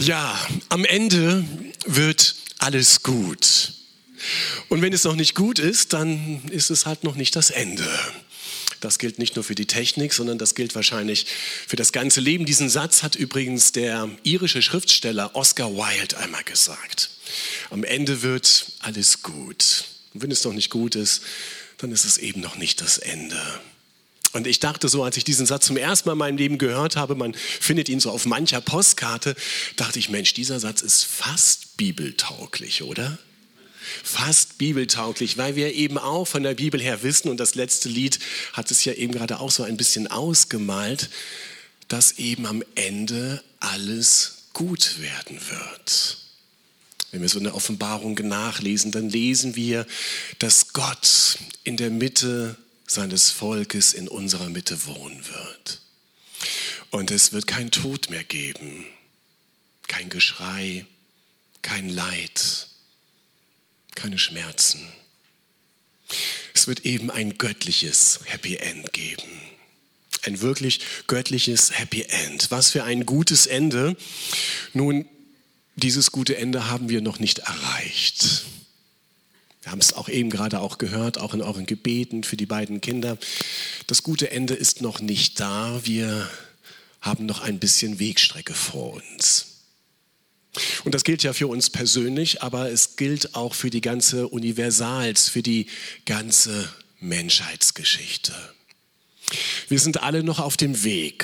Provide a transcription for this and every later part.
Ja, am Ende wird alles gut. Und wenn es noch nicht gut ist, dann ist es halt noch nicht das Ende. Das gilt nicht nur für die Technik, sondern das gilt wahrscheinlich für das ganze Leben. Diesen Satz hat übrigens der irische Schriftsteller Oscar Wilde einmal gesagt. Am Ende wird alles gut. Und wenn es noch nicht gut ist, dann ist es eben noch nicht das Ende. Und ich dachte so, als ich diesen Satz zum ersten Mal in meinem Leben gehört habe, man findet ihn so auf mancher Postkarte, dachte ich, Mensch, dieser Satz ist fast bibeltauglich, oder? Fast bibeltauglich, weil wir eben auch von der Bibel her wissen, und das letzte Lied hat es ja eben gerade auch so ein bisschen ausgemalt, dass eben am Ende alles gut werden wird. Wenn wir so eine Offenbarung nachlesen, dann lesen wir, dass Gott in der Mitte seines Volkes in unserer Mitte wohnen wird. Und es wird kein Tod mehr geben, kein Geschrei, kein Leid, keine Schmerzen. Es wird eben ein göttliches Happy End geben. Ein wirklich göttliches Happy End. Was für ein gutes Ende. Nun, dieses gute Ende haben wir noch nicht erreicht. Wir haben es auch eben gerade auch gehört, auch in euren Gebeten für die beiden Kinder. Das gute Ende ist noch nicht da. Wir haben noch ein bisschen Wegstrecke vor uns. Und das gilt ja für uns persönlich, aber es gilt auch für die ganze Universals, für die ganze Menschheitsgeschichte. Wir sind alle noch auf dem Weg.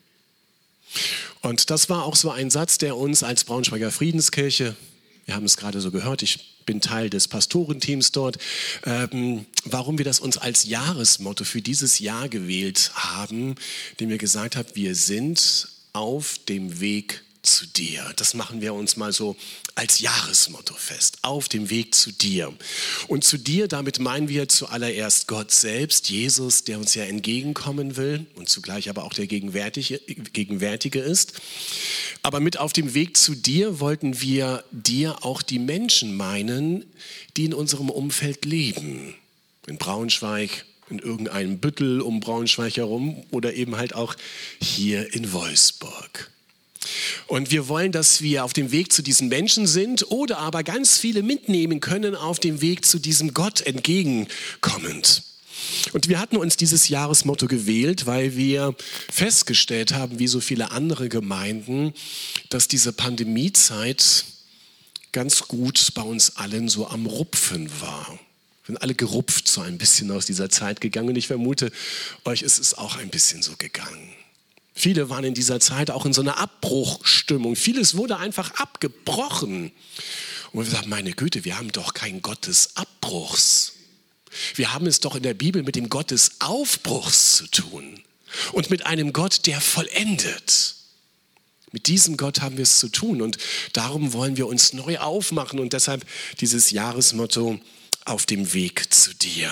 Und das war auch so ein Satz, der uns als Braunschweiger Friedenskirche, wir haben es gerade so gehört, ich bin Teil des Pastorenteams dort, warum wir das uns als Jahresmotto für dieses Jahr gewählt haben, indem wir gesagt haben, wir sind auf dem Weg zu dir. Das machen wir uns mal so als Jahresmotto fest. Auf dem Weg zu dir. Und zu dir, damit meinen wir zuallererst Gott selbst, Jesus, der uns ja entgegenkommen will und zugleich aber auch der Gegenwärtige ist. Aber mit auf dem Weg zu dir wollten wir dir auch die Menschen meinen, die in unserem Umfeld leben. In Braunschweig, in irgendeinem Büttel um Braunschweig herum oder eben halt auch hier in Wolfsburg. Und wir wollen, dass wir auf dem Weg zu diesen Menschen sind oder aber ganz viele mitnehmen können auf dem Weg zu diesem Gott entgegenkommend. Und wir hatten uns dieses Jahresmotto gewählt, weil wir festgestellt haben, wie so viele andere Gemeinden, dass diese Pandemiezeit ganz gut bei uns allen so am Rupfen war. Wir sind alle gerupft so ein bisschen aus dieser Zeit gegangen und ich vermute, euch ist es auch ein bisschen so gegangen. Viele waren in dieser Zeit auch in so einer Abbruchstimmung. Vieles wurde einfach abgebrochen. Und wir sagen, meine Güte, wir haben doch keinen Gott des Abbruchs. Wir haben es doch in der Bibel mit dem Gott des Aufbruchs zu tun. Und mit einem Gott, der vollendet. Mit diesem Gott haben wir es zu tun. Und darum wollen wir uns neu aufmachen. Und deshalb dieses Jahresmotto, auf dem Weg zu dir.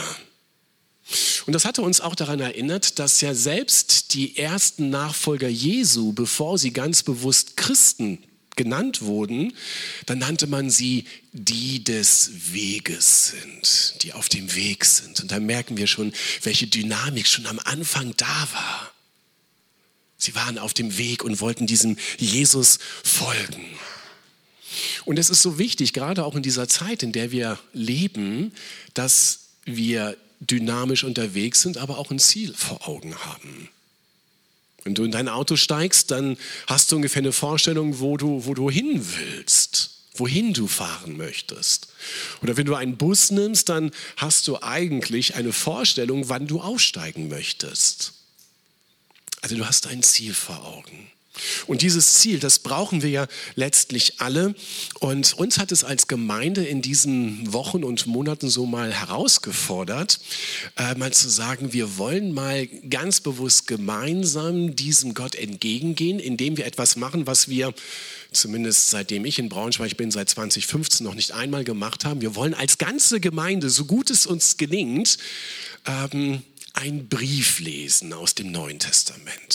Und das hatte uns auch daran erinnert, dass ja selbst die ersten Nachfolger Jesu, bevor sie ganz bewusst Christen genannt wurden, dann nannte man sie die des Weges sind, die auf dem Weg sind. Und da merken wir schon, welche Dynamik schon am Anfang da war. Sie waren auf dem Weg und wollten diesem Jesus folgen. Und es ist so wichtig, gerade auch in dieser Zeit, in der wir leben, dass wir dynamisch unterwegs sind, aber auch ein Ziel vor Augen haben. Wenn du in dein Auto steigst, dann hast du ungefähr eine Vorstellung, wo du hin willst, wohin du fahren möchtest. Oder wenn du einen Bus nimmst, dann hast du eigentlich eine Vorstellung, wann du aussteigen möchtest. Also du hast ein Ziel vor Augen. Und dieses Ziel, das brauchen wir ja letztlich alle. Und uns hat es als Gemeinde in diesen Wochen und Monaten so mal herausgefordert, mal zu sagen, wir wollen mal ganz bewusst gemeinsam diesem Gott entgegengehen, indem wir etwas machen, was wir, zumindest seitdem ich in Braunschweig bin, seit 2015 noch nicht einmal gemacht haben. Wir wollen als ganze Gemeinde, so gut es uns gelingt, einen Brief lesen aus dem Neuen Testament.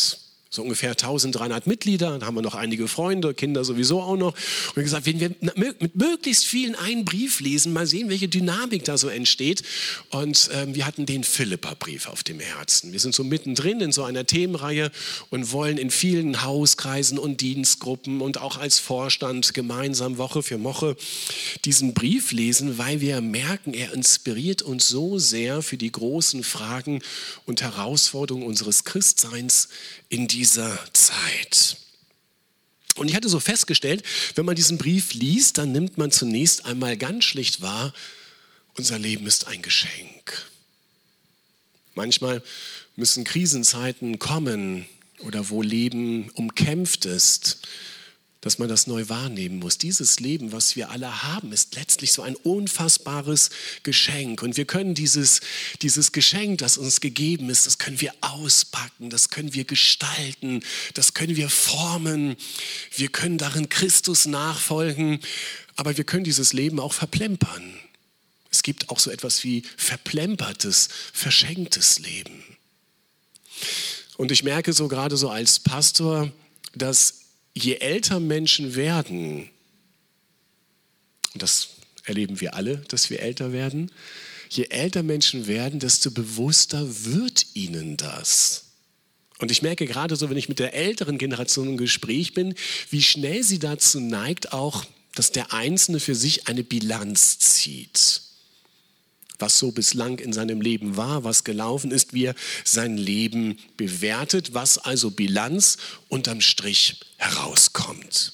So ungefähr 1300 Mitglieder, da haben wir noch einige Freunde, Kinder sowieso auch noch. Und wir haben gesagt, wenn wir mit möglichst vielen einen Brief lesen, mal sehen, welche Dynamik da so entsteht. Und wir hatten den Philipperbrief auf dem Herzen. Wir sind so mittendrin in so einer Themenreihe und wollen in vielen Hauskreisen und Dienstgruppen und auch als Vorstand gemeinsam Woche für Woche diesen Brief lesen, weil wir merken, er inspiriert uns so sehr für die großen Fragen und Herausforderungen unseres Christseins in dieser Zeit. Und ich hatte so festgestellt, wenn man diesen Brief liest, dann nimmt man zunächst einmal ganz schlicht wahr, unser Leben ist ein Geschenk. Manchmal müssen Krisenzeiten kommen oder wo Leben umkämpft ist, dass man das neu wahrnehmen muss. Dieses Leben, was wir alle haben, ist letztlich so ein unfassbares Geschenk. Und wir können dieses Geschenk, das uns gegeben ist, das können wir auspacken, das können wir gestalten, das können wir formen. Wir können darin Christus nachfolgen, aber wir können dieses Leben auch verplempern. Es gibt auch so etwas wie verplempertes, verschenktes Leben. Und ich merke so gerade so als Pastor, dass je älter Menschen werden, und das erleben wir alle, dass wir älter werden, je älter Menschen werden, desto bewusster wird ihnen das. Und ich merke gerade so, wenn ich mit der älteren Generation im Gespräch bin, wie schnell sie dazu neigt auch, dass der Einzelne für sich eine Bilanz zieht. Was so bislang in seinem Leben war, was gelaufen ist, wie er sein Leben bewertet, was also Bilanz unterm Strich herauskommt.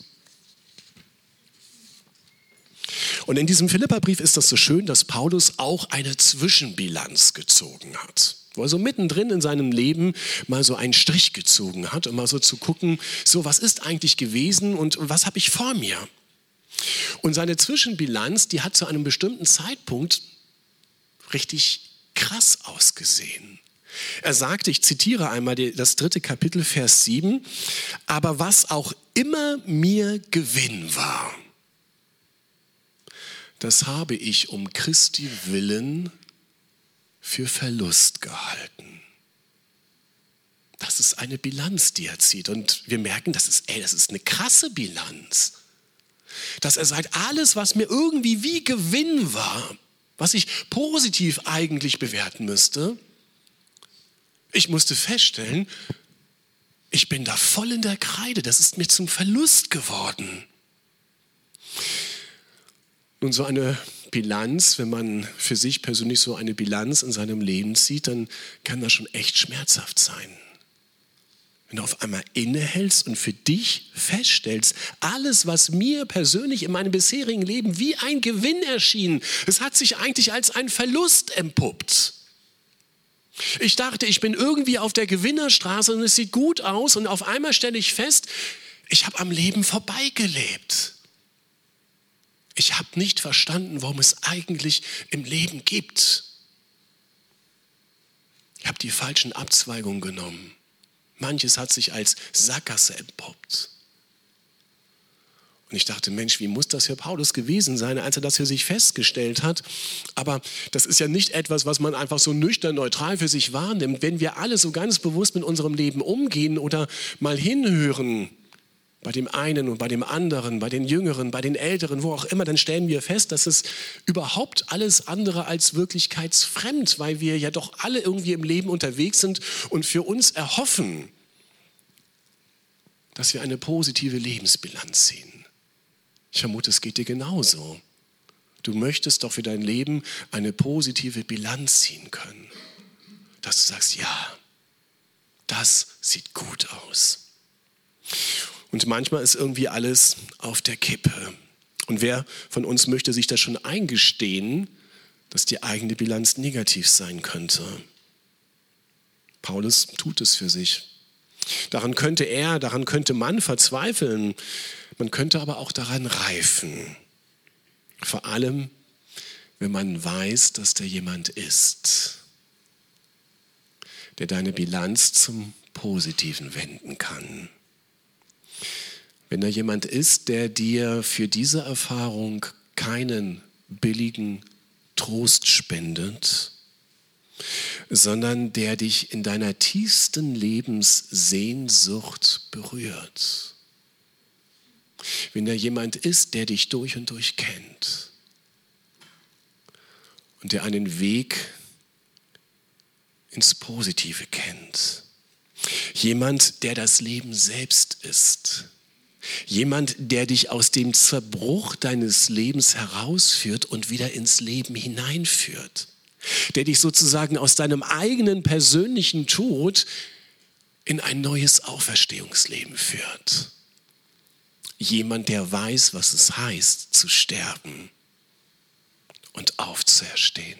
Und in diesem Philipperbrief ist das so schön, dass Paulus auch eine Zwischenbilanz gezogen hat. Wo er so mittendrin in seinem Leben mal so einen Strich gezogen hat, um mal so zu gucken, so was ist eigentlich gewesen und was habe ich vor mir? Und seine Zwischenbilanz, die hat zu einem bestimmten Zeitpunkt richtig krass ausgesehen. Er sagte, ich zitiere einmal das 3. Kapitel, Vers 7, aber was auch immer mir Gewinn war, das habe ich um Christi willen für Verlust gehalten. Das ist eine Bilanz, die er zieht. Und wir merken, das ist eine krasse Bilanz. Dass er sagt, alles, was mir irgendwie wie Gewinn war, was ich positiv eigentlich bewerten müsste, ich musste feststellen, ich bin da voll in der Kreide, das ist mir zum Verlust geworden. Nun, so eine Bilanz, wenn man für sich persönlich so eine Bilanz in seinem Leben zieht, dann kann das schon echt schmerzhaft sein. Wenn du auf einmal innehältst und für dich feststellst, alles, was mir persönlich in meinem bisherigen Leben wie ein Gewinn erschien, es hat sich eigentlich als ein Verlust entpuppt. Ich dachte, ich bin irgendwie auf der Gewinnerstraße und es sieht gut aus und auf einmal stelle ich fest, ich habe am Leben vorbeigelebt. Ich habe nicht verstanden, worum es eigentlich im Leben gibt. Ich habe die falschen Abzweigungen genommen. Manches hat sich als Sackgasse entpuppt. Und ich dachte, Mensch, wie muss das für Paulus gewesen sein, als er das für sich festgestellt hat? Aber das ist ja nicht etwas, was man einfach so nüchtern, neutral für sich wahrnimmt. Wenn wir alle so ganz bewusst mit unserem Leben umgehen oder mal hinhören, bei dem einen und bei dem anderen, bei den Jüngeren, bei den Älteren, wo auch immer, dann stellen wir fest, dass es überhaupt alles andere als wirklichkeitsfremd, weil wir ja doch alle irgendwie im Leben unterwegs sind und für uns erhoffen, dass wir eine positive Lebensbilanz ziehen. Ich vermute, es geht dir genauso. Du möchtest doch für dein Leben eine positive Bilanz ziehen können. Dass du sagst, ja, das sieht gut aus. Und manchmal ist irgendwie alles auf der Kippe. Und wer von uns möchte sich das schon eingestehen, dass die eigene Bilanz negativ sein könnte? Paulus tut es für sich. Daran könnte man verzweifeln. Man könnte aber auch daran reifen. Vor allem, wenn man weiß, dass da jemand ist, der deine Bilanz zum Positiven wenden kann. Wenn da jemand ist, der dir für diese Erfahrung keinen billigen Trost spendet, sondern der dich in deiner tiefsten Lebenssehnsucht berührt. Wenn da jemand ist, der dich durch und durch kennt und der einen Weg ins Positive kennt. Jemand, der das Leben selbst ist. Jemand, der dich aus dem Zerbruch deines Lebens herausführt und wieder ins Leben hineinführt. Der dich sozusagen aus deinem eigenen persönlichen Tod in ein neues Auferstehungsleben führt. Jemand, der weiß, was es heißt, zu sterben und aufzuerstehen.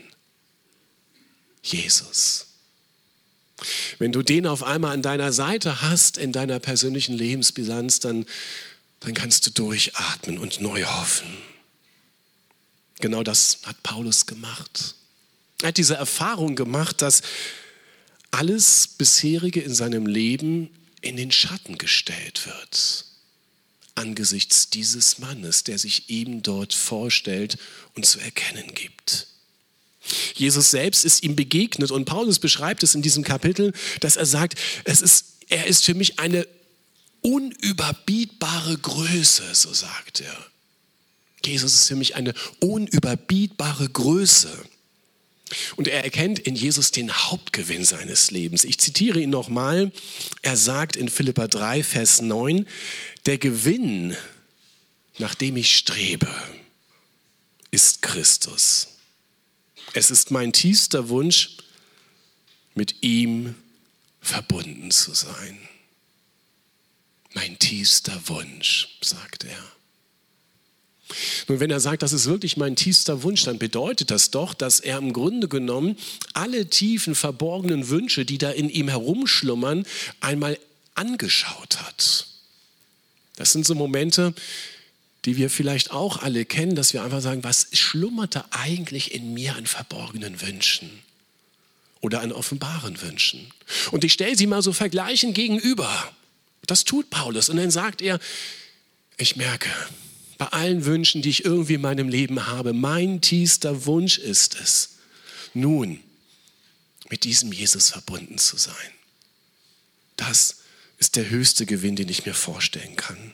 Jesus. Wenn du den auf einmal an deiner Seite hast, in deiner persönlichen Lebensbilanz, dann kannst du durchatmen und neu hoffen. Genau das hat Paulus gemacht. Er hat diese Erfahrung gemacht, dass alles bisherige in seinem Leben in den Schatten gestellt wird. Angesichts dieses Mannes, der sich ihm dort vorstellt und zu erkennen gibt. Jesus selbst ist ihm begegnet und Paulus beschreibt es in diesem Kapitel, dass er sagt, er ist für mich eine unüberbietbare Größe, so sagt er. Jesus ist für mich eine unüberbietbare Größe. Und er erkennt in Jesus den Hauptgewinn seines Lebens. Ich zitiere ihn nochmal. Er sagt in Philipper 3, Vers 9, der Gewinn, nach dem ich strebe, ist Christus. Es ist mein tiefster Wunsch, mit ihm verbunden zu sein. Mein tiefster Wunsch, sagt er. Nun, wenn er sagt, das ist wirklich mein tiefster Wunsch, dann bedeutet das doch, dass er im Grunde genommen alle tiefen, verborgenen Wünsche, die da in ihm herumschlummern, einmal angeschaut hat. Das sind so Momente, die wir vielleicht auch alle kennen, dass wir einfach sagen, was schlummerte eigentlich in mir an verborgenen Wünschen oder an offenbaren Wünschen? Und ich stelle sie mal so vergleichend gegenüber. Das tut Paulus und dann sagt er, ich merke, bei allen Wünschen, die ich irgendwie in meinem Leben habe, mein tiefster Wunsch ist es, nun mit diesem Jesus verbunden zu sein. Das ist der höchste Gewinn, den ich mir vorstellen kann.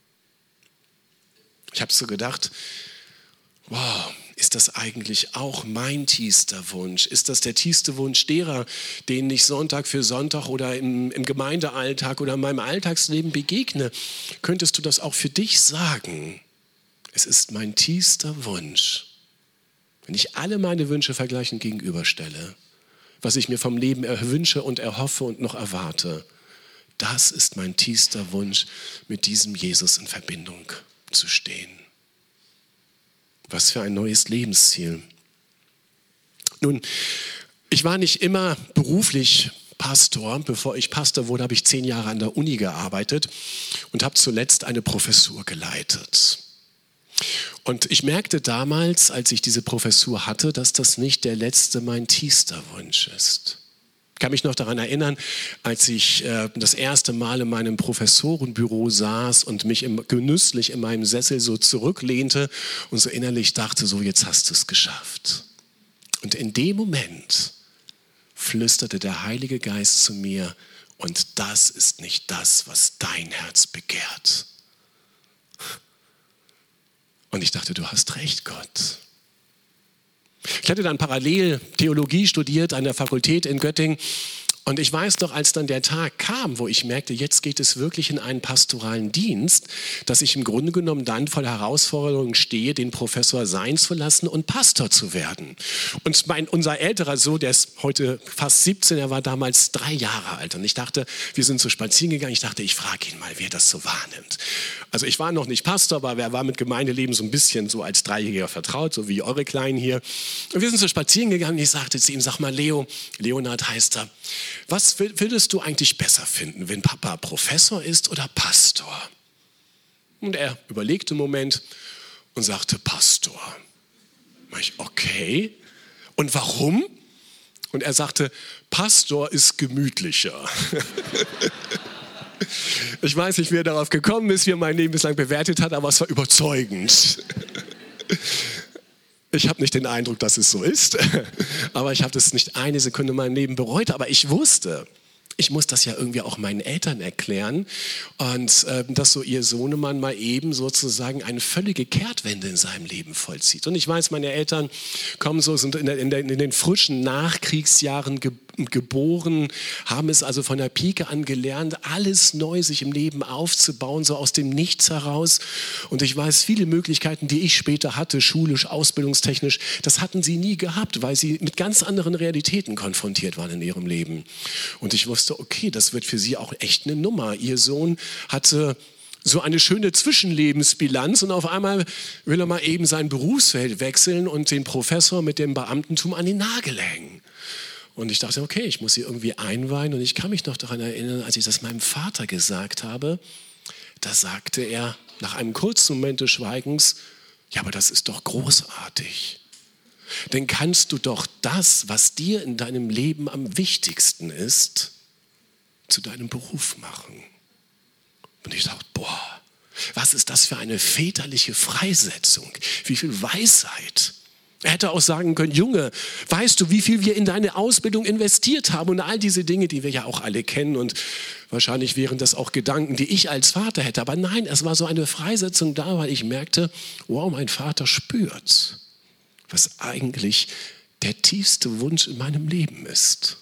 Ich habe so gedacht, wow, ist das eigentlich auch mein tiefster Wunsch? Ist das der tiefste Wunsch derer, denen ich Sonntag für Sonntag oder im Gemeindealltag oder in meinem Alltagsleben begegne? Könntest du das auch für dich sagen? Es ist mein tiefster Wunsch, wenn ich alle meine Wünsche vergleichend gegenüberstelle, was ich mir vom Leben erwünsche und erhoffe und noch erwarte, das ist mein tiefster Wunsch, mit diesem Jesus in Verbindung zu stehen. Was für ein neues Lebensziel. Nun, ich war nicht immer beruflich Pastor. Bevor ich Pastor wurde, habe ich 10 Jahre an der Uni gearbeitet und habe zuletzt eine Professur geleitet. Und ich merkte damals, als ich diese Professur hatte, dass das nicht der letzte, mein tiefster Wunsch ist. Ich kann mich noch daran erinnern, als ich das erste Mal in meinem Professorenbüro saß und mich genüsslich in meinem Sessel so zurücklehnte und so innerlich dachte, so jetzt hast du es geschafft. Und in dem Moment flüsterte der Heilige Geist zu mir, und das ist nicht das, was dein Herz begehrt. Und ich dachte, du hast recht, Gott. Ich hatte dann parallel Theologie studiert an der Fakultät in Göttingen. Und ich weiß noch, als dann der Tag kam, wo ich merkte, jetzt geht es wirklich in einen pastoralen Dienst, dass ich im Grunde genommen dann vor der Herausforderung stehe, den Professor sein zu lassen und Pastor zu werden. Und unser älterer Sohn, der ist heute fast 17, er war damals 3 Jahre alt. Und ich dachte, wir sind so spazieren gegangen, ich dachte, ich frage ihn mal, wie er das so wahrnimmt. Also ich war noch nicht Pastor, aber er war mit Gemeindeleben so ein bisschen so als Dreijähriger vertraut, so wie eure Kleinen hier. Und wir sind so spazieren gegangen und ich sagte zu ihm, sag mal Leonhard heißt er, was würdest du eigentlich besser finden, wenn Papa Professor ist oder Pastor? Und er überlegte einen Moment und sagte Pastor. Ich, okay. Und warum? Und er sagte, Pastor ist gemütlicher. Ich weiß nicht, wie er darauf gekommen ist, wie er mein Leben bislang bewertet hat, aber es war überzeugend. Ich habe nicht den Eindruck, dass es so ist, aber ich habe das nicht eine Sekunde in meinem Leben bereut, aber ich wusste, ich muss das ja irgendwie auch meinen Eltern erklären und dass so ihr Sohnemann mal eben sozusagen eine völlige Kehrtwende in seinem Leben vollzieht. Und ich weiß, meine Eltern sind in den frischen Nachkriegsjahren geboren, haben es also von der Pike an gelernt, alles neu sich im Leben aufzubauen, so aus dem Nichts heraus. Und ich weiß, viele Möglichkeiten, die ich später hatte, schulisch, ausbildungstechnisch, das hatten sie nie gehabt, weil sie mit ganz anderen Realitäten konfrontiert waren in ihrem Leben. Und ich wusste, okay, das wird für sie auch echt eine Nummer. Ihr Sohn hatte so eine schöne Zwischenlebensbilanz und auf einmal will er mal eben sein Berufsfeld wechseln und den Professor mit dem Beamtentum an den Nagel hängen. Und ich dachte, okay, ich muss sie irgendwie einweihen. Und ich kann mich noch daran erinnern, als ich das meinem Vater gesagt habe, da sagte er nach einem kurzen Moment des Schweigens, ja, aber das ist doch großartig. Denn kannst du doch das, was dir in deinem Leben am wichtigsten ist, zu deinem Beruf machen. Und ich dachte, boah, was ist das für eine väterliche Freisetzung? Wie viel Weisheit. Er hätte auch sagen können, Junge, weißt du, wie viel wir in deine Ausbildung investiert haben und all diese Dinge, die wir ja auch alle kennen und wahrscheinlich wären das auch Gedanken, die ich als Vater hätte. Aber nein, es war so eine Freisetzung da, weil ich merkte, wow, mein Vater spürt, was eigentlich der tiefste Wunsch in meinem Leben ist.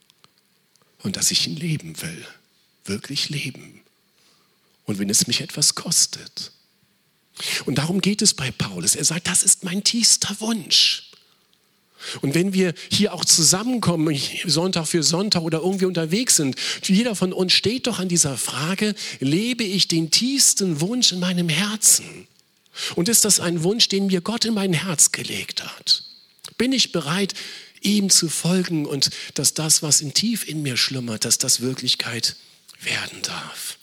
Und dass ich ihn leben will, wirklich leben. Und wenn es mich etwas kostet. Und darum geht es bei Paulus. Er sagt, das ist mein tiefster Wunsch. Und wenn wir hier auch zusammenkommen, Sonntag für Sonntag oder irgendwie unterwegs sind, jeder von uns steht doch an dieser Frage, lebe ich den tiefsten Wunsch in meinem Herzen? Und ist das ein Wunsch, den mir Gott in mein Herz gelegt hat? Bin ich bereit, ihm zu folgen und dass das, was tief in mir schlummert, dass das Wirklichkeit werden darf?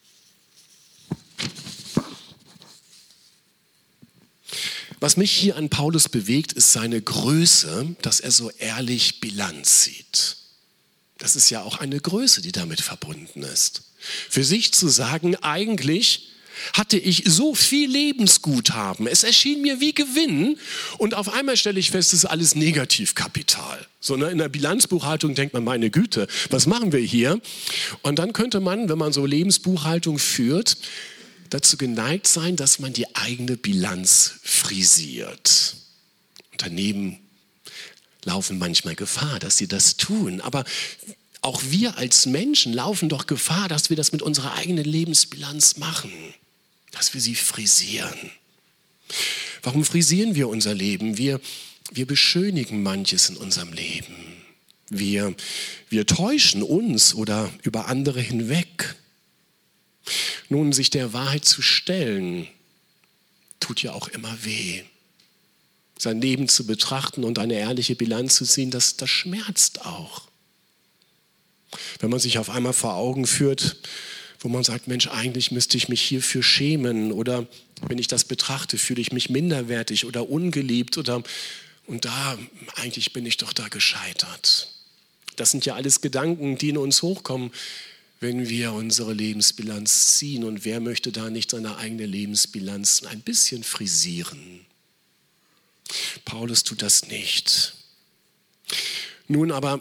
Was mich hier an Paulus bewegt, ist seine Größe, dass er so ehrlich Bilanz zieht. Das ist ja auch eine Größe, die damit verbunden ist. Für sich zu sagen, eigentlich hatte ich so viel Lebensguthaben, es erschien mir wie Gewinn und auf einmal stelle ich fest, es ist alles Negativkapital. So, ne, in der Bilanzbuchhaltung denkt man, meine Güte, was machen wir hier? Und dann könnte man, wenn man so Lebensbuchhaltung führt, dazu geneigt sein, dass man die eigene Bilanz frisiert. Unternehmen laufen manchmal Gefahr, dass sie das tun, aber auch wir als Menschen laufen doch Gefahr, dass wir das mit unserer eigenen Lebensbilanz machen, dass wir sie frisieren. Warum frisieren wir unser Leben? Wir beschönigen manches in unserem Leben. Wir täuschen uns oder über andere hinweg. Nun, sich der Wahrheit zu stellen, tut ja auch immer weh. Sein Leben zu betrachten und eine ehrliche Bilanz zu ziehen, das schmerzt auch. Wenn man sich auf einmal vor Augen führt, wo man sagt, Mensch, eigentlich müsste ich mich hierfür schämen oder wenn ich das betrachte, fühle ich mich minderwertig oder ungeliebt und eigentlich bin ich doch da gescheitert. Das sind ja alles Gedanken, die in uns hochkommen, wenn wir unsere Lebensbilanz ziehen. Und wer möchte da nicht seine eigene Lebensbilanz ein bisschen frisieren? Paulus tut das nicht. Nun aber,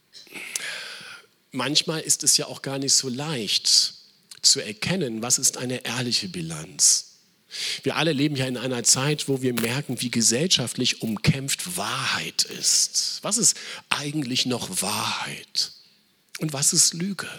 manchmal ist es ja auch gar nicht so leicht zu erkennen, was ist eine ehrliche Bilanz. Wir alle leben ja in einer Zeit, wo wir merken, wie gesellschaftlich umkämpft Wahrheit ist. Was ist eigentlich noch Wahrheit? Und was ist Lüge?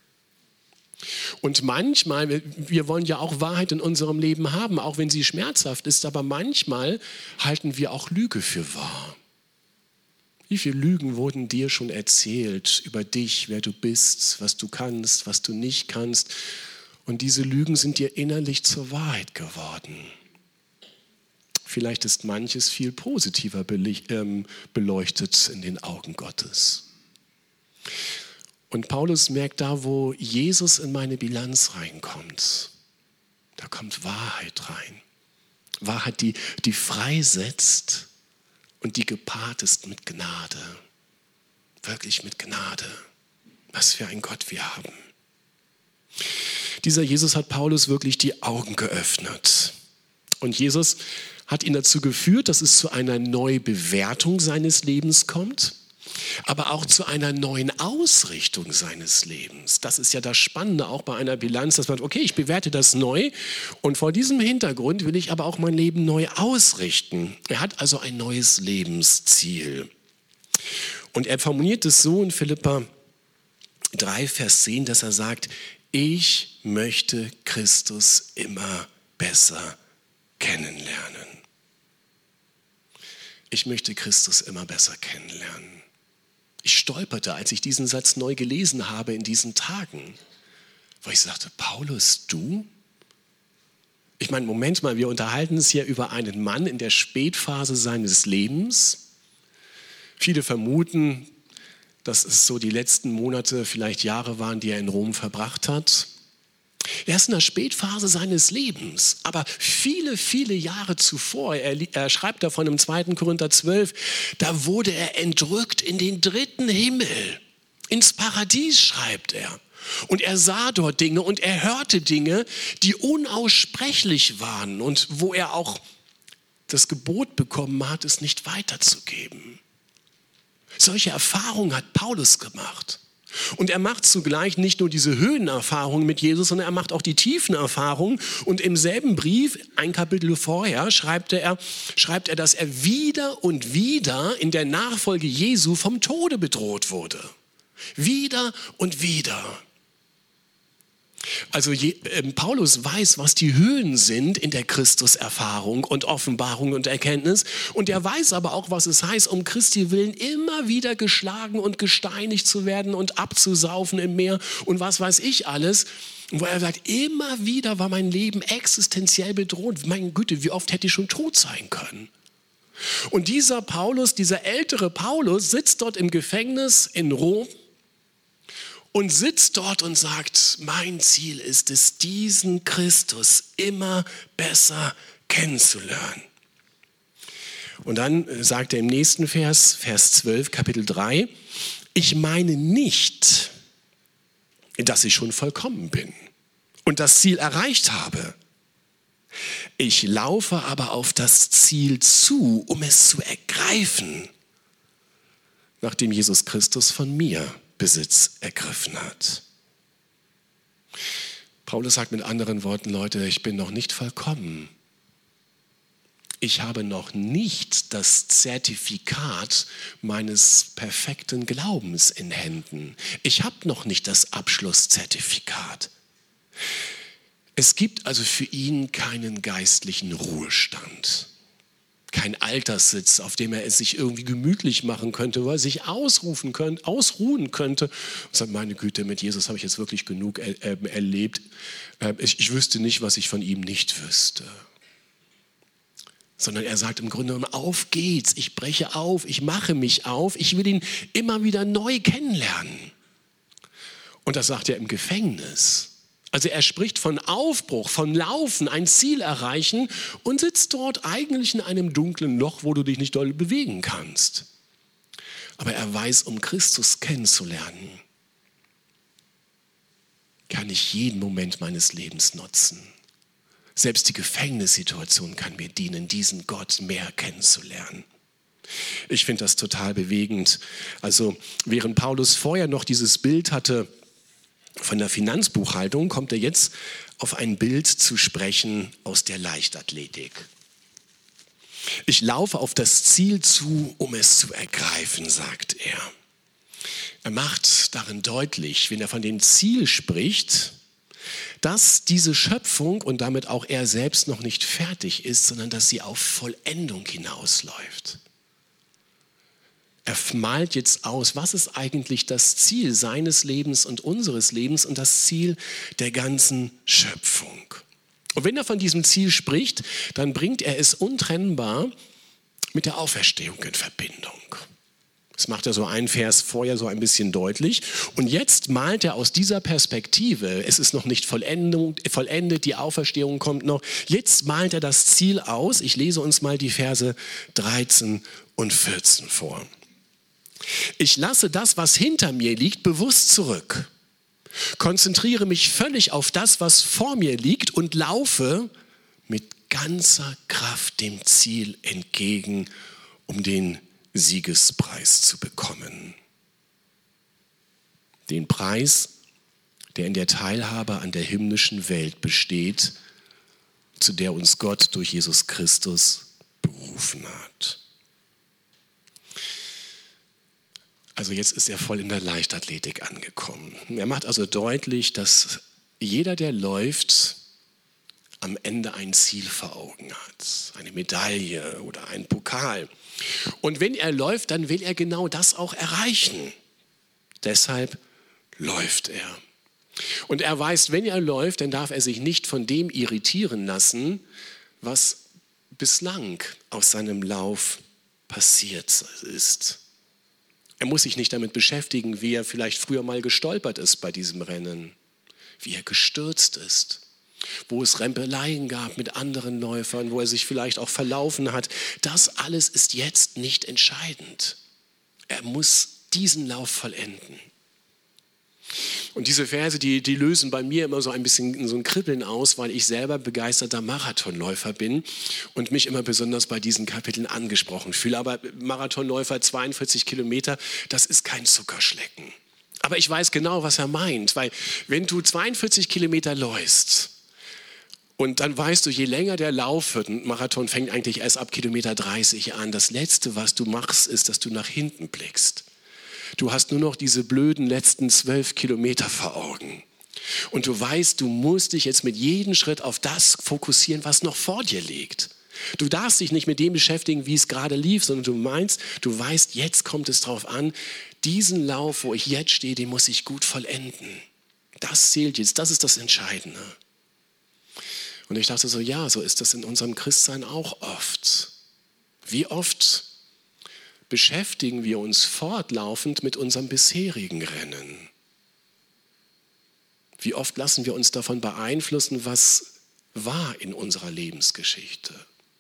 Und manchmal, wir wollen ja auch Wahrheit in unserem Leben haben, auch wenn sie schmerzhaft ist, aber manchmal halten wir auch Lüge für wahr. Wie viele Lügen wurden dir schon erzählt über dich, wer du bist, was du kannst, was du nicht kannst? Und diese Lügen sind dir innerlich zur Wahrheit geworden. Vielleicht ist manches viel positiver beleuchtet in den Augen Gottes. Und Paulus merkt da, wo Jesus in meine Bilanz reinkommt, da kommt Wahrheit rein. Wahrheit, die freisetzt und die gepaart ist mit Gnade. Wirklich mit Gnade. Was für ein Gott wir haben. Dieser Jesus hat Paulus wirklich die Augen geöffnet. Und Jesus hat ihn dazu geführt, dass es zu einer Neubewertung seines Lebens kommt, aber auch zu einer neuen Ausrichtung seines Lebens. Das ist ja das Spannende auch bei einer Bilanz, dass man sagt, okay, ich bewerte das neu und vor diesem Hintergrund will ich aber auch mein Leben neu ausrichten. Er hat also ein neues Lebensziel. Und er formuliert es so in Philipper 3, Vers 10, dass er sagt, ich möchte Christus immer besser kennenlernen. Ich möchte Christus immer besser kennenlernen. Ich stolperte, als ich diesen Satz neu gelesen habe in diesen Tagen, weil ich sagte, Paulus, du? Ich meine, Moment mal, wir unterhalten uns hier über einen Mann in der Spätphase seines Lebens. Viele vermuten, dass es so die letzten Monate, vielleicht Jahre waren, die er in Rom verbracht hat. Er ist in der Spätphase seines Lebens, aber viele, viele Jahre zuvor, er schreibt davon im 2. Korinther 12, da wurde er entrückt in den 3. Himmel, ins Paradies schreibt er. Und er sah dort Dinge und er hörte Dinge, die unaussprechlich waren und wo er auch das Gebot bekommen hat, es nicht weiterzugeben. Solche Erfahrungen hat Paulus gemacht. Und er macht zugleich nicht nur diese Höhenerfahrungen mit Jesus, sondern er macht auch die Tiefenerfahrungen. Und im selben Brief, ein Kapitel vorher, schreibt er, dass er wieder und wieder in der Nachfolge Jesu vom Tode bedroht wurde. Wieder und wieder. Also Paulus weiß, was die Höhen sind in der Christuserfahrung und Offenbarung und Erkenntnis. Und er weiß aber auch, was es heißt, um Christi willen immer wieder geschlagen und gesteinigt zu werden und abzusaufen im Meer und was weiß ich alles. Wo er sagt, immer wieder war mein Leben existenziell bedroht. Meine Güte, wie oft hätte ich schon tot sein können? Und dieser Paulus, dieser ältere Paulus, sitzt dort im Gefängnis in Rom und sitzt dort und sagt, mein Ziel ist es, diesen Christus immer besser kennenzulernen. Und dann sagt er im nächsten Vers, Vers 12, Kapitel 3, ich meine nicht, dass ich schon vollkommen bin und das Ziel erreicht habe. Ich laufe aber auf das Ziel zu, um es zu ergreifen, nachdem Jesus Christus von mir Besitz ergriffen hat. Paulus sagt mit anderen Worten, Leute, ich bin noch nicht vollkommen. Ich habe noch nicht das Zertifikat meines perfekten Glaubens in Händen. Ich habe noch nicht das Abschlusszertifikat. Es gibt also für ihn keinen geistlichen Ruhestand. Kein Alterssitz, auf dem er es sich irgendwie gemütlich machen könnte, wo er sich ausruhen könnte und sagt, meine Güte, mit Jesus habe ich jetzt wirklich genug erlebt. Ich wüsste nicht, was ich von ihm nicht wüsste. Sondern er sagt im Grunde genommen, auf geht's, ich breche auf, ich mache mich auf, ich will ihn immer wieder neu kennenlernen. Und das sagt er im Gefängnis. Also er spricht von Aufbruch, von Laufen, ein Ziel erreichen und sitzt dort eigentlich in einem dunklen Loch, wo du dich nicht doll bewegen kannst. Aber er weiß, um Christus kennenzulernen, kann ich jeden Moment meines Lebens nutzen. Selbst die Gefängnissituation kann mir dienen, diesen Gott mehr kennenzulernen. Ich finde das total bewegend. Also während Paulus vorher noch dieses Bild hatte, von der Finanzbuchhaltung kommt er jetzt auf ein Bild zu sprechen aus der Leichtathletik. Ich laufe auf das Ziel zu, um es zu ergreifen, sagt er. Er macht darin deutlich, wenn er von dem Ziel spricht, dass diese Schöpfung und damit auch er selbst noch nicht fertig ist, sondern dass sie auf Vollendung hinausläuft. Er malt jetzt aus, was ist eigentlich das Ziel seines Lebens und unseres Lebens und das Ziel der ganzen Schöpfung. Und wenn er von diesem Ziel spricht, dann bringt er es untrennbar mit der Auferstehung in Verbindung. Das macht er so einen Vers vorher so ein bisschen deutlich. Und jetzt malt er aus dieser Perspektive, es ist noch nicht vollendet, die Auferstehung kommt noch. Jetzt malt er das Ziel aus. Ich lese uns mal die Verse 13 und 14 vor. Ich lasse das, was hinter mir liegt, bewusst zurück. Konzentriere mich völlig auf das, was vor mir liegt und laufe mit ganzer Kraft dem Ziel entgegen, um den Siegespreis zu bekommen. Den Preis, der in der Teilhabe an der himmlischen Welt besteht, zu der uns Gott durch Jesus Christus berufen hat. Also jetzt ist er voll in der Leichtathletik angekommen. Er macht also deutlich, dass jeder, der läuft, am Ende ein Ziel vor Augen hat. Eine Medaille oder einen Pokal. Und wenn er läuft, dann will er genau das auch erreichen. Deshalb läuft er. Und er weiß, wenn er läuft, dann darf er sich nicht von dem irritieren lassen, was bislang aus seinem Lauf passiert ist. Er muss sich nicht damit beschäftigen, wie er vielleicht früher mal gestolpert ist bei diesem Rennen, wie er gestürzt ist, wo es Rempeleien gab mit anderen Läufern, wo er sich vielleicht auch verlaufen hat. Das alles ist jetzt nicht entscheidend. Er muss diesen Lauf vollenden. Und diese Verse, die lösen bei mir immer so ein bisschen so ein Kribbeln aus, weil ich selber begeisterter Marathonläufer bin und mich immer besonders bei diesen Kapiteln angesprochen fühle. Aber Marathonläufer, 42 Kilometer, das ist kein Zuckerschlecken. Aber ich weiß genau, was er meint, weil wenn du 42 Kilometer läufst und dann weißt du, je länger der Lauf wird, ein Marathon fängt eigentlich erst ab Kilometer 30 an, das Letzte, was du machst, ist, dass du nach hinten blickst. Du hast nur noch diese blöden letzten 12 Kilometer vor Augen. Und du weißt, du musst dich jetzt mit jedem Schritt auf das fokussieren, was noch vor dir liegt. Du darfst dich nicht mit dem beschäftigen, wie es gerade lief, sondern du weißt, jetzt kommt es drauf an, diesen Lauf, wo ich jetzt stehe, den muss ich gut vollenden. Das zählt jetzt, das ist das Entscheidende. Und ich dachte so, ja, so ist das in unserem Christsein auch oft. Wie oft beschäftigen wir uns fortlaufend mit unserem bisherigen Rennen? Wie oft lassen wir uns davon beeinflussen, was war in unserer Lebensgeschichte?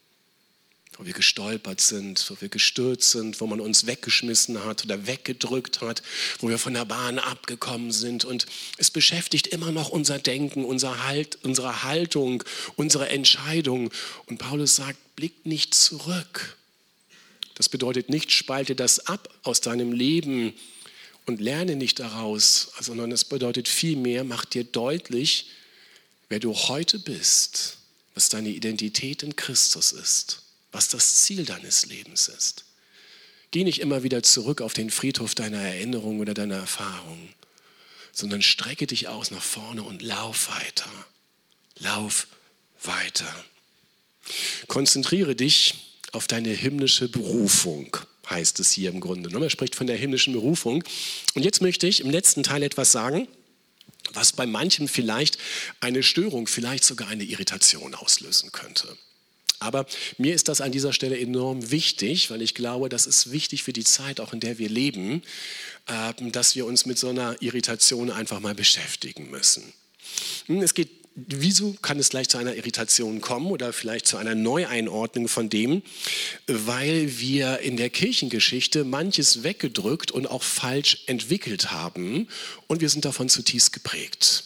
Wo wir gestolpert sind, wo wir gestürzt sind, wo man uns weggeschmissen hat oder weggedrückt hat, wo wir von der Bahn abgekommen sind. Und es beschäftigt immer noch unser Denken, unsere Haltung, unsere Entscheidung. Und Paulus sagt, blick nicht zurück. Das bedeutet nicht, spalte das ab aus deinem Leben und lerne nicht daraus, sondern es bedeutet vielmehr, mach dir deutlich, wer du heute bist, was deine Identität in Christus ist, was das Ziel deines Lebens ist. Geh nicht immer wieder zurück auf den Friedhof deiner Erinnerung oder deiner Erfahrung, sondern strecke dich aus nach vorne und lauf weiter. Lauf weiter. Konzentriere dich auf deine himmlische Berufung, heißt es hier im Grunde. Er spricht von der himmlischen Berufung. Und jetzt möchte ich im letzten Teil etwas sagen, was bei manchem vielleicht eine Störung, vielleicht sogar eine Irritation auslösen könnte. Aber mir ist das an dieser Stelle enorm wichtig, weil ich glaube, das ist wichtig für die Zeit, auch in der wir leben, dass wir uns mit so einer Irritation einfach mal beschäftigen müssen. Es geht Wieso kann es gleich zu einer Irritation kommen oder vielleicht zu einer Neueinordnung von dem? Weil wir in der Kirchengeschichte manches weggedrückt und auch falsch entwickelt haben und wir sind davon zutiefst geprägt.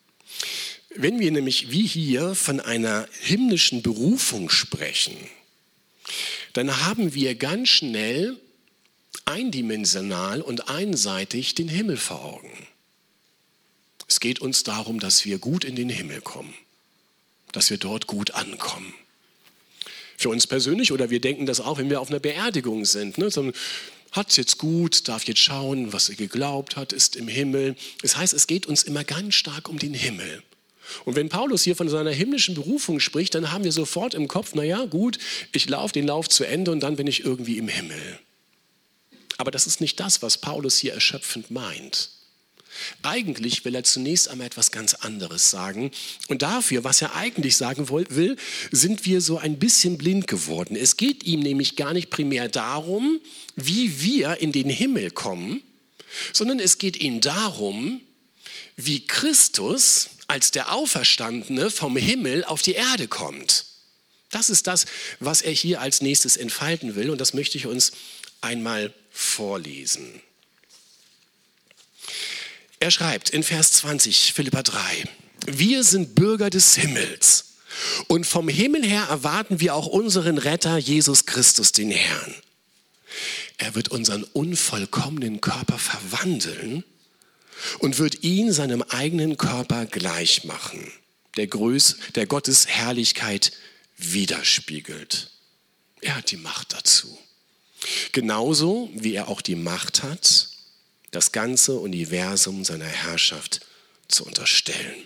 Wenn wir nämlich wie hier von einer himmlischen Berufung sprechen, dann haben wir ganz schnell eindimensional und einseitig den Himmel vor Augen. Es geht uns darum, dass wir gut in den Himmel kommen, dass wir dort gut ankommen. Für uns persönlich, oder wir denken das auch, wenn wir auf einer Beerdigung sind, so, hat es jetzt gut, darf jetzt schauen, was er geglaubt hat, ist im Himmel. Das heißt, es geht uns immer ganz stark um den Himmel. Und wenn Paulus hier von seiner himmlischen Berufung spricht, dann haben wir sofort im Kopf, naja gut, ich laufe den Lauf zu Ende und dann bin ich irgendwie im Himmel. Aber das ist nicht das, was Paulus hier erschöpfend meint. Eigentlich will er zunächst einmal etwas ganz anderes sagen. Und dafür, was er eigentlich sagen will, sind wir so ein bisschen blind geworden. Es geht ihm nämlich gar nicht primär darum, wie wir in den Himmel kommen, sondern es geht ihm darum, wie Christus als der Auferstandene vom Himmel auf die Erde kommt. Das ist das, was er hier als nächstes entfalten will. Und das möchte ich uns einmal vorlesen. Er schreibt in Vers 20, Philipper 3, wir sind Bürger des Himmels Und vom Himmel her erwarten wir auch unseren Retter, Jesus Christus, den Herrn. Er wird unseren unvollkommenen Körper verwandeln und wird ihn seinem eigenen Körper gleich machen, der Gottes Herrlichkeit widerspiegelt. Er hat die Macht dazu. Genauso wie er auch die Macht hat, das ganze Universum seiner Herrschaft zu unterstellen.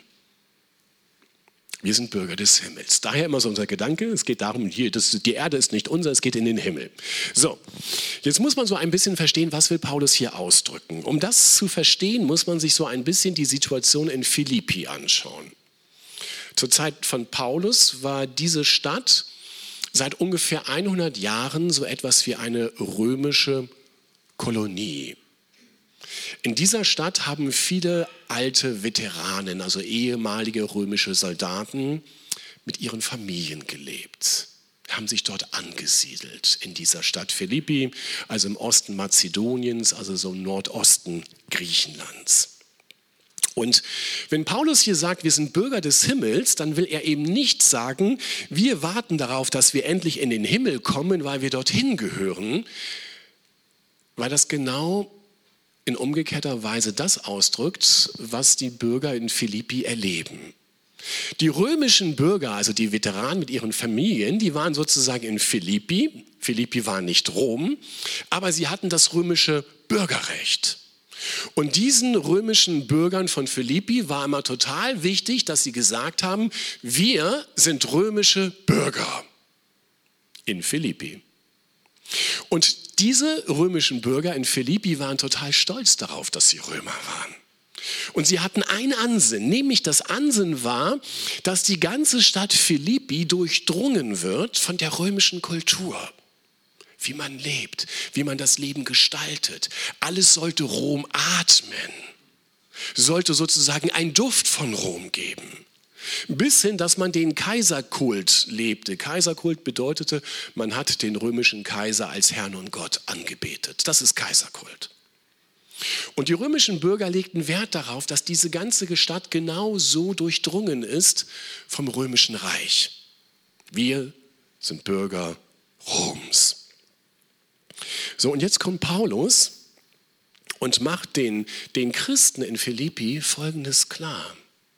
Wir sind Bürger des Himmels. Daher immer so unser Gedanke, es geht darum, die Erde ist nicht unser, es geht in den Himmel. So, jetzt muss man so ein bisschen verstehen, was will Paulus hier ausdrücken. Um das zu verstehen, muss man sich so ein bisschen die Situation in Philippi anschauen. Zur Zeit von Paulus war diese Stadt seit ungefähr 100 Jahren so etwas wie eine römische Kolonie. In dieser Stadt haben viele alte Veteranen, also ehemalige römische Soldaten, mit ihren Familien gelebt, haben sich dort angesiedelt in dieser Stadt Philippi, also im Osten Mazedoniens, also so im Nordosten Griechenlands. Und wenn Paulus hier sagt, wir sind Bürger des Himmels, dann will er eben nicht sagen, wir warten darauf, dass wir endlich in den Himmel kommen, weil wir dorthin gehören, weil das genau in umgekehrter Weise das ausdrückt, was die Bürger in Philippi erleben. Die römischen Bürger, also die Veteranen mit ihren Familien, die waren sozusagen in Philippi. Philippi war nicht Rom, aber sie hatten das römische Bürgerrecht. Und diesen römischen Bürgern von Philippi war immer total wichtig, dass sie gesagt haben, wir sind römische Bürger in Philippi. Und diese römischen Bürger in Philippi waren total stolz darauf, dass sie Römer waren. Und sie hatten ein Ansinnen, nämlich das Ansinnen war, dass die ganze Stadt Philippi durchdrungen wird von der römischen Kultur. Wie man lebt, wie man das Leben gestaltet. Alles sollte Rom atmen, sollte sozusagen einen Duft von Rom geben. Bis hin, dass man den Kaiserkult lebte. Kaiserkult bedeutete, man hat den römischen Kaiser als Herrn und Gott angebetet. Das ist Kaiserkult. Und die römischen Bürger legten Wert darauf, dass diese ganze Stadt genau so durchdrungen ist vom römischen Reich. Wir sind Bürger Roms. So, und jetzt kommt Paulus und macht den Christen in Philippi Folgendes klar.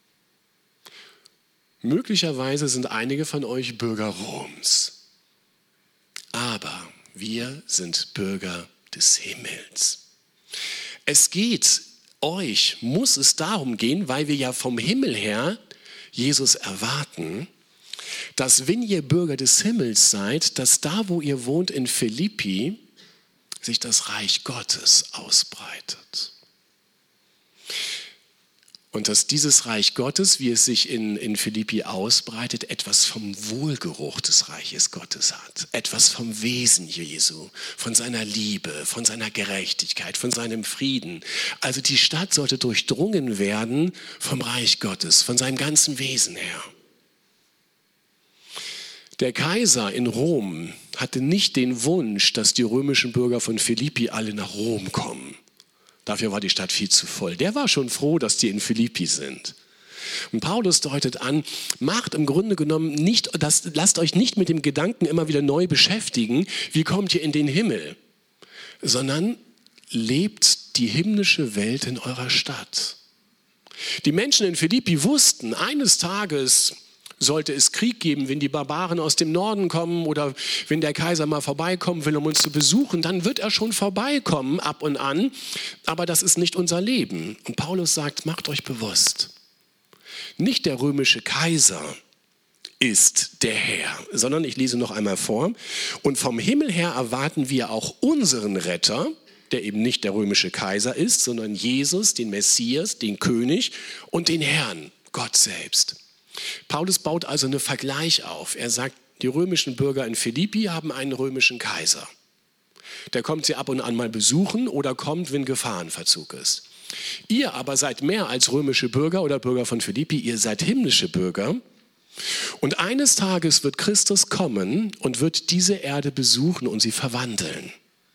Möglicherweise sind einige von euch Bürger Roms, aber wir sind Bürger des Himmels. Muss es darum gehen, weil wir ja vom Himmel her Jesus erwarten, dass wenn ihr Bürger des Himmels seid, dass da, wo ihr wohnt in Philippi, sich das Reich Gottes ausbreitet. Und dass dieses Reich Gottes, wie es sich in Philippi ausbreitet, etwas vom Wohlgeruch des Reiches Gottes hat. Etwas vom Wesen Jesu, von seiner Liebe, von seiner Gerechtigkeit, von seinem Frieden. Also die Stadt sollte durchdrungen werden vom Reich Gottes, von seinem ganzen Wesen her. Der Kaiser in Rom hatte nicht den Wunsch, dass die römischen Bürger von Philippi alle nach Rom kommen. Dafür war die Stadt viel zu voll. Der war schon froh, dass die in Philippi sind. Und Paulus deutet an, macht im Grunde genommen lasst euch nicht mit dem Gedanken immer wieder neu beschäftigen, wie kommt ihr in den Himmel, sondern lebt die himmlische Welt in eurer Stadt. Die Menschen in Philippi wussten, eines Tages sollte es Krieg geben, wenn die Barbaren aus dem Norden kommen oder wenn der Kaiser mal vorbeikommen will, um uns zu besuchen, dann wird er schon vorbeikommen ab und an, aber das ist nicht unser Leben. Und Paulus sagt, macht euch bewusst, nicht der römische Kaiser ist der Herr, sondern ich lese noch einmal vor, und vom Himmel her erwarten wir auch unseren Retter, der eben nicht der römische Kaiser ist, sondern Jesus, den Messias, den König und den Herrn, Gott selbst. Paulus baut also einen Vergleich auf. Er sagt, die römischen Bürger in Philippi haben einen römischen Kaiser. Der kommt sie ab und an mal besuchen oder kommt, wenn Gefahrenverzug ist. Ihr aber seid mehr als römische Bürger oder Bürger von Philippi, ihr seid himmlische Bürger. Und eines Tages wird Christus kommen und wird diese Erde besuchen und sie verwandeln.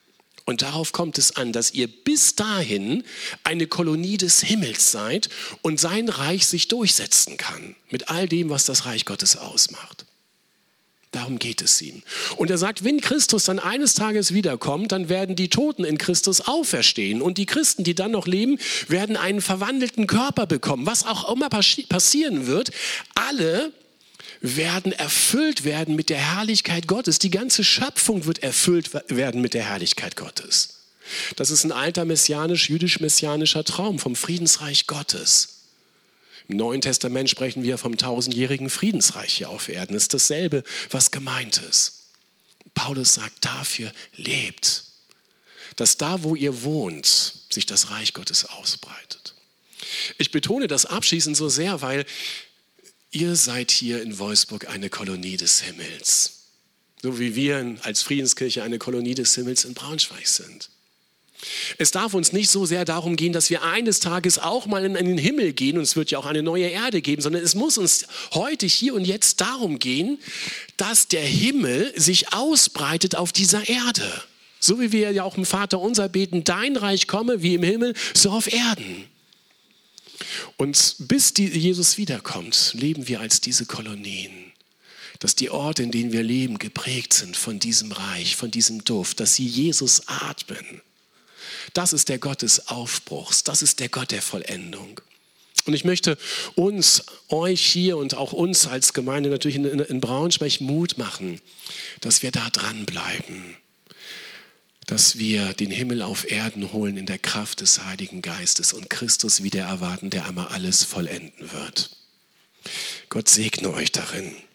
Und darauf kommt es an, dass ihr bis dahin eine Kolonie des Himmels seid und sein Reich sich durchsetzen kann. Mit all dem, was das Reich Gottes ausmacht. Darum geht es ihm. Und er sagt, wenn Christus dann eines Tages wiederkommt, dann werden die Toten in Christus auferstehen. Und die Christen, die dann noch leben, werden einen verwandelten Körper bekommen. Was auch immer passieren wird, alle werden erfüllt werden mit der Herrlichkeit Gottes. Die ganze Schöpfung wird erfüllt werden mit der Herrlichkeit Gottes. Das ist ein alter jüdisch-messianischer Traum vom Friedensreich Gottes. Im Neuen Testament sprechen wir vom 1000-jährigen Friedensreich hier auf Erden. Das ist dasselbe, was gemeint ist. Paulus sagt, dafür lebt, dass da, wo ihr wohnt, sich das Reich Gottes ausbreitet. Ich betone das abschließend so sehr, weil ihr seid hier in Wolfsburg eine Kolonie des Himmels. So wie wir als Friedenskirche eine Kolonie des Himmels in Braunschweig sind. Es darf uns nicht so sehr darum gehen, dass wir eines Tages auch mal in den Himmel gehen und es wird ja auch eine neue Erde geben, sondern es muss uns heute, hier und jetzt darum gehen, dass der Himmel sich ausbreitet auf dieser Erde. So wie wir ja auch im Vaterunser beten, dein Reich komme wie im Himmel, so auf Erden. Und bis Jesus wiederkommt, leben wir als diese Kolonien. Dass die Orte, in denen wir leben, geprägt sind von diesem Reich, von diesem Duft, dass sie Jesus atmen. Das ist der Gott des Aufbruchs, das ist der Gott der Vollendung. Und ich möchte euch hier und auch uns als Gemeinde natürlich in Braunschweig Mut machen, dass wir da dranbleiben. Dass wir den Himmel auf Erden holen in der Kraft des Heiligen Geistes und Christus wieder erwarten, der einmal alles vollenden wird. Gott segne euch darin.